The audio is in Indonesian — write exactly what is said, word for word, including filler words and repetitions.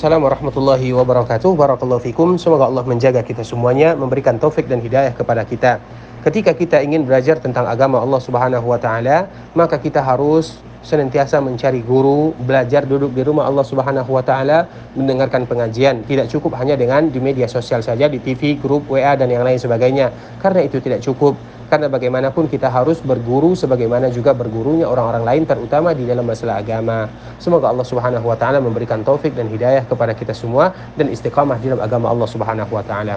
Assalamualaikum warahmatullahi wabarakatuh. Barakallahu fikum. Semoga Allah menjaga kita semuanya, memberikan taufik dan hidayah kepada kita. Ketika kita ingin belajar tentang agama Allah Subhanahu wa taala, maka kita harus senantiasa mencari guru, belajar duduk di rumah Allah Subhanahu wa taala, mendengarkan pengajian. Tidak cukup hanya dengan di media sosial saja, di T V, grup W A dan yang lain sebagainya. Karena itu tidak cukup. Karena bagaimanapun kita harus berguru sebagaimana juga bergurunya orang-orang lain, terutama di dalam masalah agama. Semoga Allah Subhanahu wa taala memberikan taufik dan hidayah kepada kita semua dan istiqamah di dalam agama Allah Subhanahu wa taala.